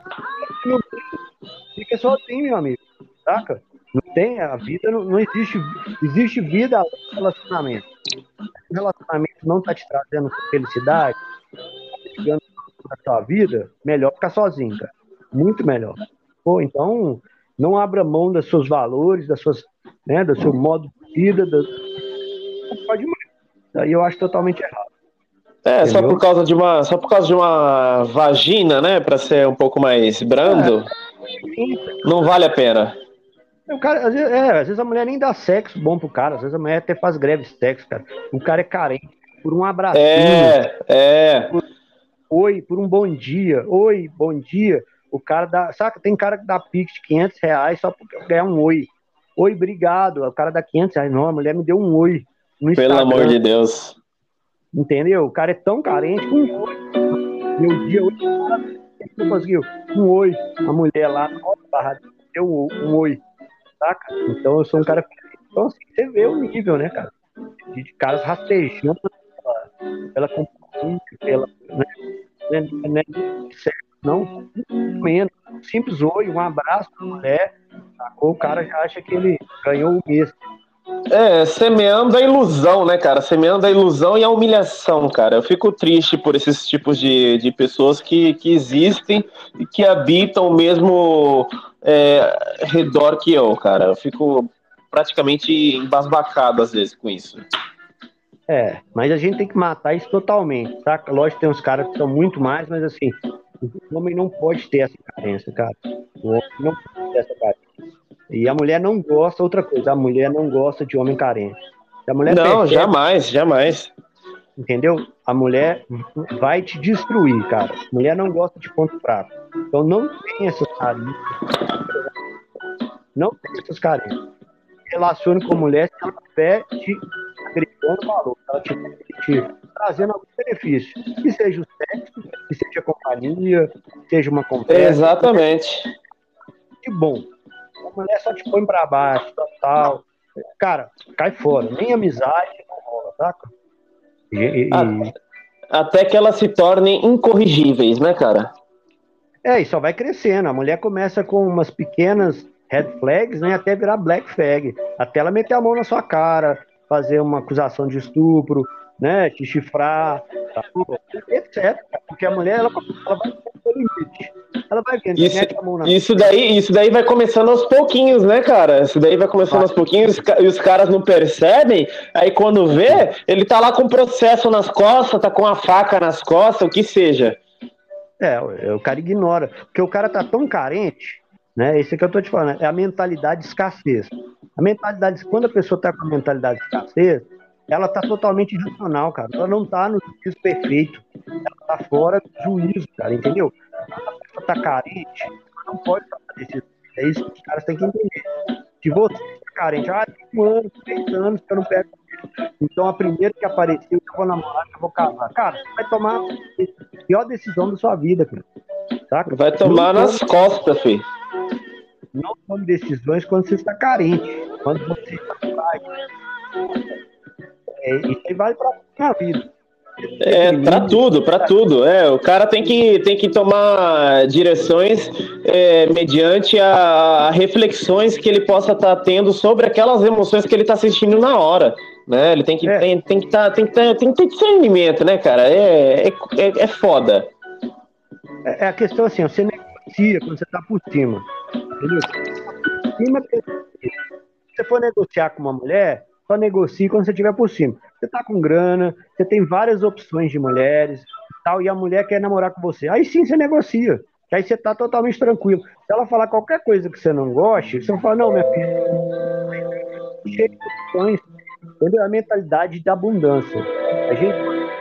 Fica sozinho, meu amigo, saca? Não tem, a vida não existe, existe vida além do relacionamento. Se o relacionamento não está te trazendo felicidade, chegando na sua vida, melhor ficar sozinho, cara. Muito melhor. Pô, então, não abra mão dos seus valores, né, do seu modo de vida, não pode mais. Daí eu acho totalmente errado, Só por entendeu? causa de uma vagina, né? Pra ser um pouco mais É, brando, sim, não vale a pena. às vezes a mulher nem dá sexo bom pro cara, às vezes a mulher até faz greve de sexo, cara. O cara é carente por um abracinho, É. oi, por um bom dia, oi, bom dia. O cara dá, saca? Tem cara que dá pix de R$ 500 só porque eu ganhar um oi. Oi, obrigado. O cara dá R$ 500. Não, a mulher me deu um oi no Pelo amor Instagram, de Deus. entendeu? O cara é tão carente com um oi. Meu dia, oi, você conseguiu? Um oi. A mulher lá, nossa, barra, deu um oi, saca? Então eu sou um cara. Então, assim, você vê o nível, né, cara? De caras rastejando pela companhia, né, não, menos. Um simples oi, um abraço da mulher, sacou? O cara já acha que ele ganhou o mês. Semeando a ilusão, né, cara? Semeando a ilusão e a humilhação, cara. Eu fico triste por esses tipos de pessoas que existem e que habitam o mesmo redor que eu, cara. Eu fico praticamente embasbacado às vezes com isso. Mas a gente tem que matar isso totalmente, saca? Lógico que tem uns caras que são muito mais, mas assim, o homem não pode ter essa carência, cara. O homem não pode ter essa carência. E a mulher não gosta, outra coisa, a mulher não gosta de homem carente. Se a mulher Não, percebe, jamais, jamais. entendeu? A mulher vai te destruir, cara. A mulher não gosta de ponto fraco. Então não tem essas carências, não tem essas carências. Relacione com a mulher se ela estiver te agregando valor, se ela estiver te trazendo algum benefício. Que seja o sexo, que seja a companhia, que seja uma conversa, Exatamente. que bom. A mulher só te põe pra baixo, tal. Cara, cai fora. Nem amizade não rola, saca? E, Até que elas se tornem incorrigíveis, né, cara? e só vai crescendo. A mulher começa com umas pequenas red flags, né, até virar black flag. Até ela meter a mão na sua cara, fazer uma acusação de estupro, né, te chifrar, tá, etc. Porque a mulher, ela vai o limite. Ela vai vendo, Isso, mete a mão na isso daí vai começando aos pouquinhos, né, cara? Isso daí vai começando aos pouquinhos e os caras não percebem. Aí quando vê, ele tá lá com processo nas costas, tá com a faca nas costas, o que seja. o cara ignora, porque o cara tá tão carente, né? Isso que eu tô te falando, é a mentalidade de escassez. A mentalidade, quando a pessoa tá com a mentalidade de escassez, ela tá totalmente irracional, cara. Ela não tá no juízo perfeito, ela tá fora do juízo, cara, entendeu? Quando a pessoa tá carente, ela não pode tomar decisão. É isso que os caras têm que entender. Se você está carente, tem 1 ano, 3 anos que eu não pego. Então a primeira que apareceu, eu vou namorar, eu vou casar. Cara, você vai tomar a pior decisão da sua vida, cara. Saca? Vai tomar nas costas, filho. Não tome decisões quando você está carente. Quando você está frágil. Isso aí vale para a vida. Pra tudo, pra tudo. O cara tem que tomar direções mediante a reflexões que ele possa estar tendo sobre aquelas emoções que ele está sentindo na hora. Né? Ele tem que ter discernimento, né, cara? É foda. É a questão assim, você negocia quando você está por cima. Entendeu? Por cima, se você for negociar com uma mulher, só negocie quando você estiver por cima. Você tá com grana, você tem várias opções de mulheres, tal, e a mulher quer namorar com você. Aí sim você negocia, que aí você tá totalmente tranquilo. Se ela falar qualquer coisa que você não goste, você fala, não, minha filha, cheio de opções, entendeu? A mentalidade da abundância. A gente,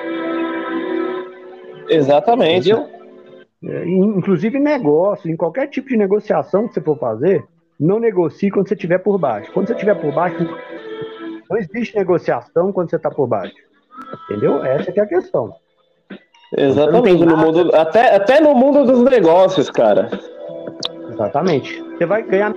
Exatamente. entendeu? Inclusive em negócio, em qualquer tipo de negociação que você for fazer, não negocie quando você estiver por baixo. Quando você estiver por baixo, não existe negociação quando você está por baixo. Entendeu? Essa que é a questão. Exatamente, no mundo, até no mundo dos negócios, cara. Exatamente. Você vai ganhar.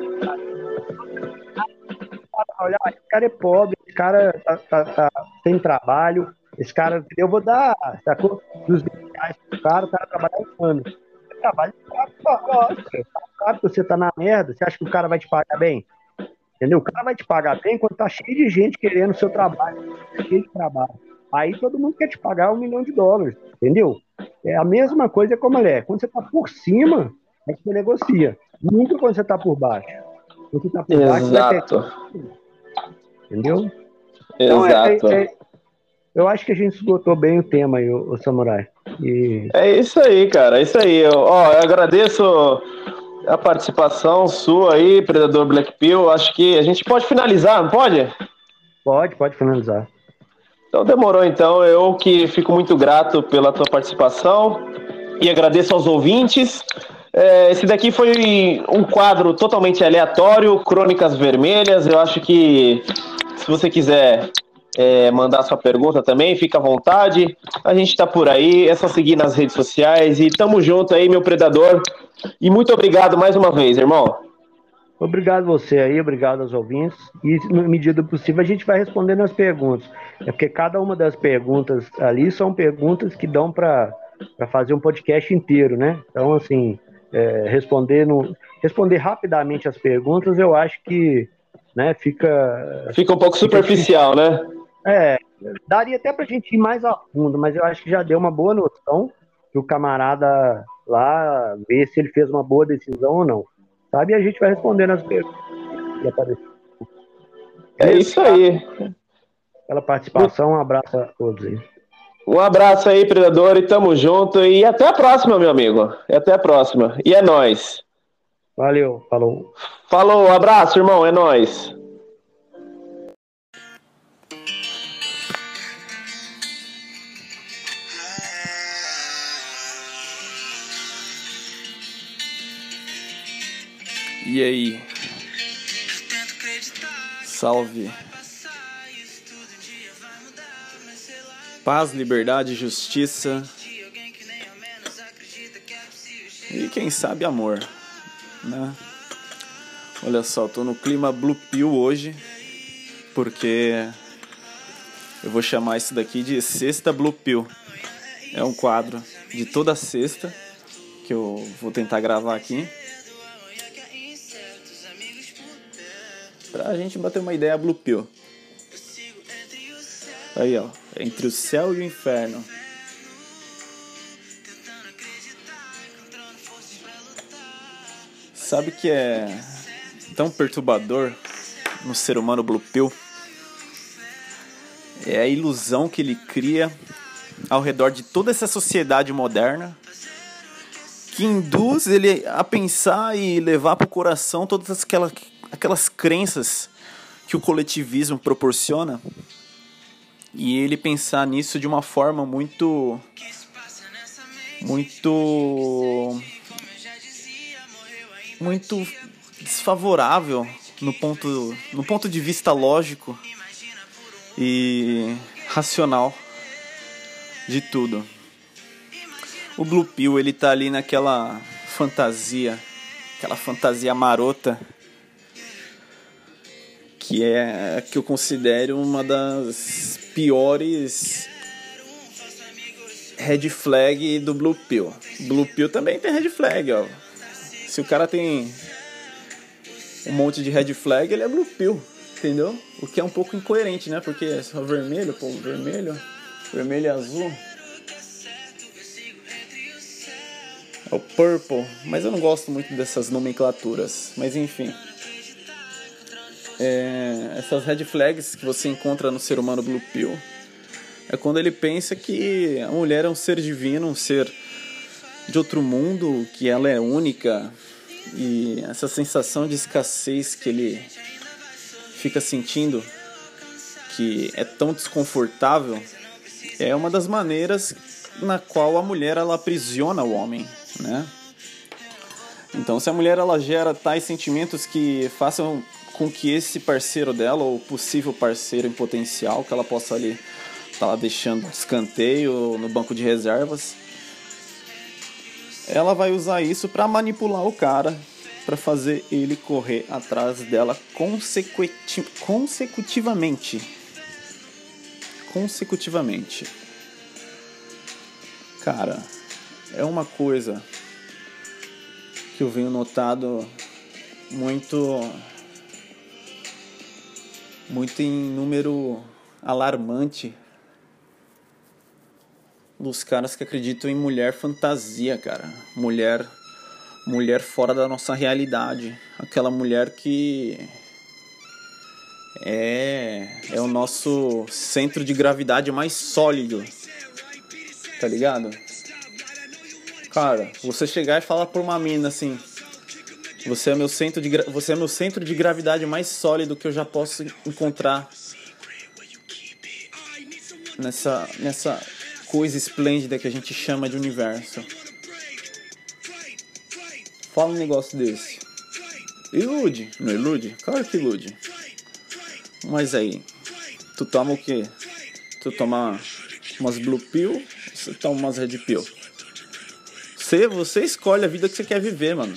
Olha, esse cara é pobre, esse cara tá sem trabalho, esse cara, eu vou dar, sacou? R$ 200 pro cara, o cara trabalha 1 ano. Você trabalha, sabe que você tá na merda, você acha que o cara vai te pagar bem? Entendeu? O cara vai te pagar bem quando tá cheio de gente querendo o seu trabalho, cheio de trabalho. Aí todo mundo quer te pagar US$ 1 milhão, entendeu? É a mesma coisa com a mulher. Quando você tá por cima, é que você negocia. Nunca quando você tá por baixo. Quando você tá por baixo, você vai ter. Exato. Entendeu? Então, Exato. eu acho que a gente esgotou bem o tema aí, o Samurai. É isso aí, cara. É isso aí. Eu agradeço a participação sua aí, Predador Black Pill. Acho que a gente pode finalizar, não pode? Pode finalizar. Então demorou, então. Eu que fico muito grato pela tua participação e agradeço aos ouvintes. Esse daqui foi um quadro totalmente aleatório, Crônicas Vermelhas. Eu acho que se você quiser mandar sua pergunta também, fica à vontade. A gente tá por aí, é só seguir nas redes sociais e tamo junto aí, meu predador. E muito obrigado mais uma vez, irmão. Obrigado você aí, obrigado aos ouvintes. E, na medida do possível, a gente vai respondendo as perguntas. É porque cada uma das perguntas ali são perguntas que dão para fazer um podcast inteiro, né? Então, assim, responder rapidamente as perguntas, eu acho que, né, fica um pouco superficial, né? Daria até para a gente ir mais a fundo, mas eu acho que já deu uma boa noção que o camarada lá ver se ele fez uma boa decisão ou não. Sabe? E a gente vai respondendo as perguntas que apareceram. É isso aí. Pela participação, um abraço a todos aí. Um abraço aí, Predador, e tamo junto. E até a próxima, meu amigo. E até a próxima. E é nóis. Valeu, falou. Falou, abraço, irmão, é nóis. E aí? Salve. Paz, liberdade, justiça. E quem sabe amor, né? Olha só, tô no clima Blue Pill hoje, porque eu vou chamar isso daqui de Sexta Blue Pill. É um quadro de toda sexta que eu vou tentar gravar aqui, pra gente bater uma ideia Blue Pill. Aí, ó, entre o céu e o inferno. Sabe que é tão perturbador no ser humano Blue Pill? É a ilusão que ele cria ao redor de toda essa sociedade moderna, que induz ele a pensar e levar para o coração todas aquelas crenças que o coletivismo proporciona, e ele pensar nisso de uma forma muito desfavorável no ponto de vista lógico e racional de tudo. O Blue Pill, ele tá ali naquela fantasia, aquela fantasia marota, que é que eu considero uma das piores red flag do Blue Pill. Blue Pill também tem red flag, ó. Se o cara tem um monte de red flag, ele é Blue Pill, entendeu? O que é um pouco incoerente, né? Porque é só vermelho, pô, vermelho e azul. É o purple, mas eu não gosto muito dessas nomenclaturas. Mas enfim, essas red flags que você encontra no ser humano Blue Pill é quando ele pensa que a mulher é um ser divino, um ser de outro mundo, que ela é única, e essa sensação de escassez que ele fica sentindo, que é tão desconfortável, é uma das maneiras na qual a mulher ela aprisiona o homem, né? Então, se a mulher ela gera tais sentimentos que façam com que esse parceiro dela, ou possível parceiro em potencial, que ela possa ali estar lá deixando escanteio no banco de reservas, ela vai usar isso para manipular o cara, para fazer ele correr atrás dela consecutivamente. Cara, é uma coisa que eu venho notado muito em número alarmante dos caras que acreditam em mulher fantasia, cara. Mulher fora da nossa realidade. Aquela mulher que é o nosso centro de gravidade mais sólido. Tá ligado? Cara, você chegar e falar pra uma mina assim: você é meu centro de gravidade mais sólido que eu já posso encontrar nessa coisa esplêndida que a gente chama de universo. Fala um negócio desse. Ilude? Não ilude? Claro que ilude. Mas aí, tu toma o quê? Tu toma umas Blue Pill, você toma umas Red Pill. Você escolhe a vida que você quer viver, mano.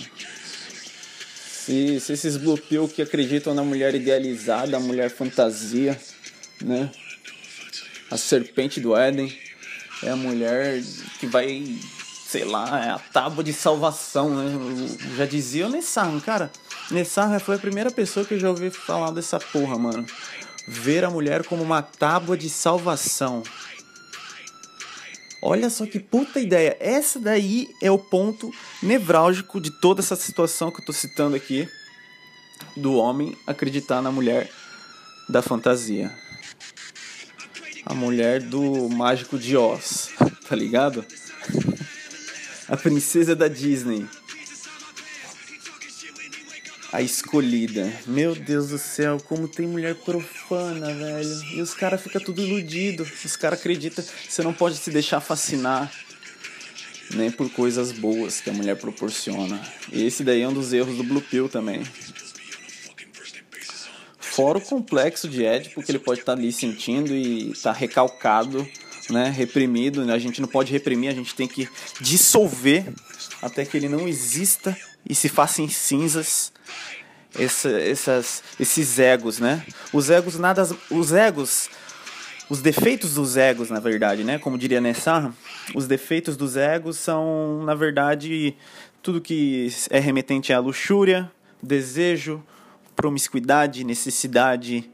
Se esses Blue Pill que acreditam na mulher idealizada, a mulher fantasia, né? A serpente do Éden é a mulher que vai, sei lá, é a tábua de salvação, né? Eu já dizia o Nessarra, cara. Nessarra foi a primeira pessoa que eu já ouvi falar dessa porra, mano. Ver a mulher como uma tábua de salvação. Olha só que puta ideia. Essa daí é o ponto nevrálgico de toda essa situação que eu tô citando aqui, do homem acreditar na mulher da fantasia. A mulher do Mágico de Oz, tá ligado? A princesa da Disney. A escolhida. Meu Deus do céu, como tem mulher profana, velho. E os caras ficam tudo iludidos. Os caras acreditam que você não pode se deixar fascinar nem por coisas boas que a mulher proporciona. E esse daí é um dos erros do Blue Pill também. Fora o complexo de Édipo que ele pode estar ali sentindo e estar recalcado, né, reprimido. A gente não pode reprimir, a gente tem que dissolver até que ele não exista e se faça em cinzas esses egos, né? Os defeitos dos egos, na verdade, né? Como diria Nessar, os defeitos dos egos são, na verdade, tudo que é remetente à luxúria, desejo, promiscuidade, necessidade,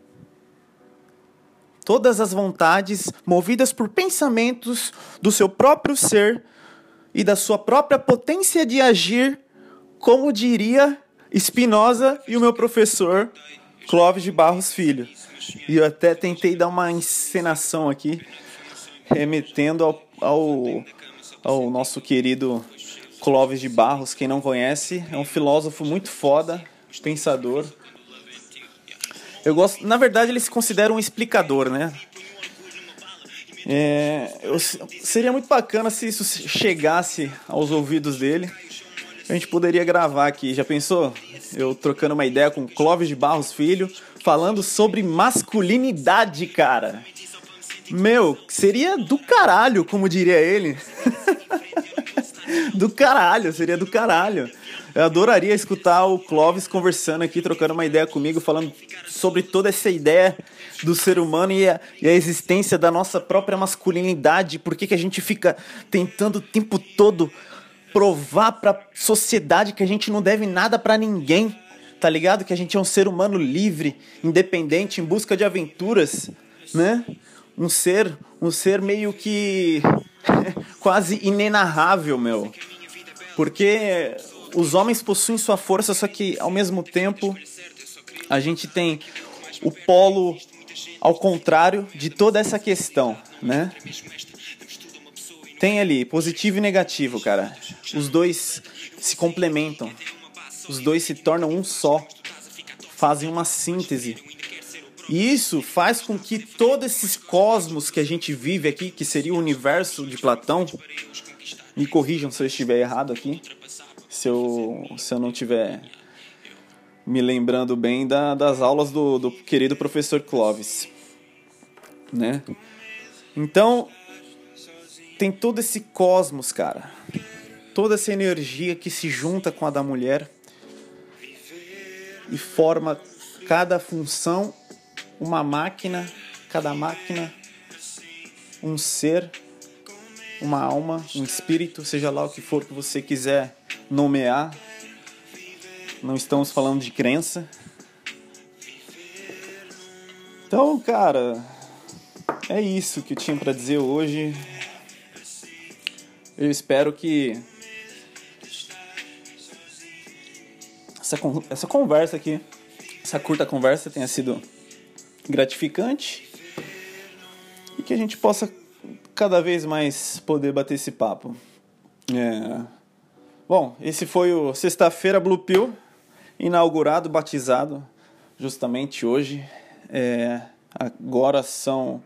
todas as vontades movidas por pensamentos do seu próprio ser e da sua própria potência de agir, como diria Spinoza e o meu professor Clóvis de Barros Filho. E eu até tentei dar uma encenação aqui, remetendo ao nosso querido Clóvis de Barros. Quem não conhece, é um filósofo muito foda, pensador. Eu gosto, na verdade, ele se considera um explicador, né? Seria muito bacana se isso chegasse aos ouvidos dele. A gente poderia gravar aqui, já pensou? Eu trocando uma ideia com Clóvis de Barros Filho, falando sobre masculinidade, cara. Meu, seria do caralho, como diria ele. Do caralho, seria do caralho. Eu adoraria escutar o Clóvis conversando aqui, trocando uma ideia comigo, falando sobre toda essa ideia do ser humano e a existência da nossa própria masculinidade. Por que a gente fica tentando o tempo todo provar pra sociedade que a gente não deve nada pra ninguém, tá ligado? Que a gente é um ser humano livre, independente, em busca de aventuras, né? Um ser meio que quase inenarrável, meu. Porque os homens possuem sua força, só que ao mesmo tempo a gente tem o polo ao contrário de toda essa questão, né? Tem ali positivo e negativo, cara. Os dois se complementam. Os dois se tornam um só. Fazem uma síntese. E isso faz com que todos esses cosmos que a gente vive aqui, que seria o universo de Platão, me corrijam se eu estiver errado aqui, se eu não estiver me lembrando bem das aulas do querido professor Clóvis, né? Então, tem todo esse cosmos, cara. Toda essa energia que se junta com a da mulher e forma cada função uma máquina, cada máquina um ser, uma alma, um espírito, seja lá o que for que você quiser nomear. Não estamos falando de crença. Então, cara, é isso que eu tinha pra dizer hoje. Eu espero que essa conversa aqui, essa curta conversa tenha sido gratificante e que a gente possa cada vez mais poder bater esse papo. Bom, esse foi o Sexta-feira Blue Pill, inaugurado, batizado justamente hoje. Agora são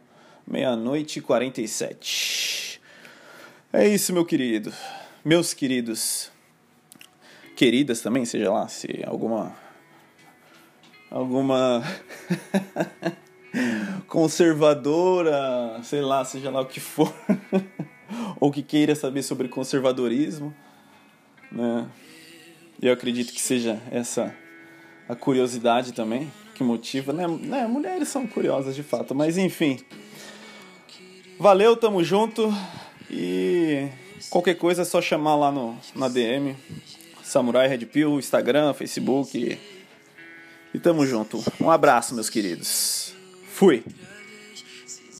00:47. É isso, meu querido. Meus queridos. Queridas também, seja lá, se alguma conservadora, sei lá, seja lá o que for, ou que queira saber sobre conservadorismo, né? Eu acredito que seja essa a curiosidade também que motiva, né? Mulheres são curiosas de fato, mas enfim. Valeu, tamo junto. E qualquer coisa é só chamar lá na DM Samurai Red Pill, Instagram, Facebook. E tamo junto. Um abraço, meus queridos. Fui.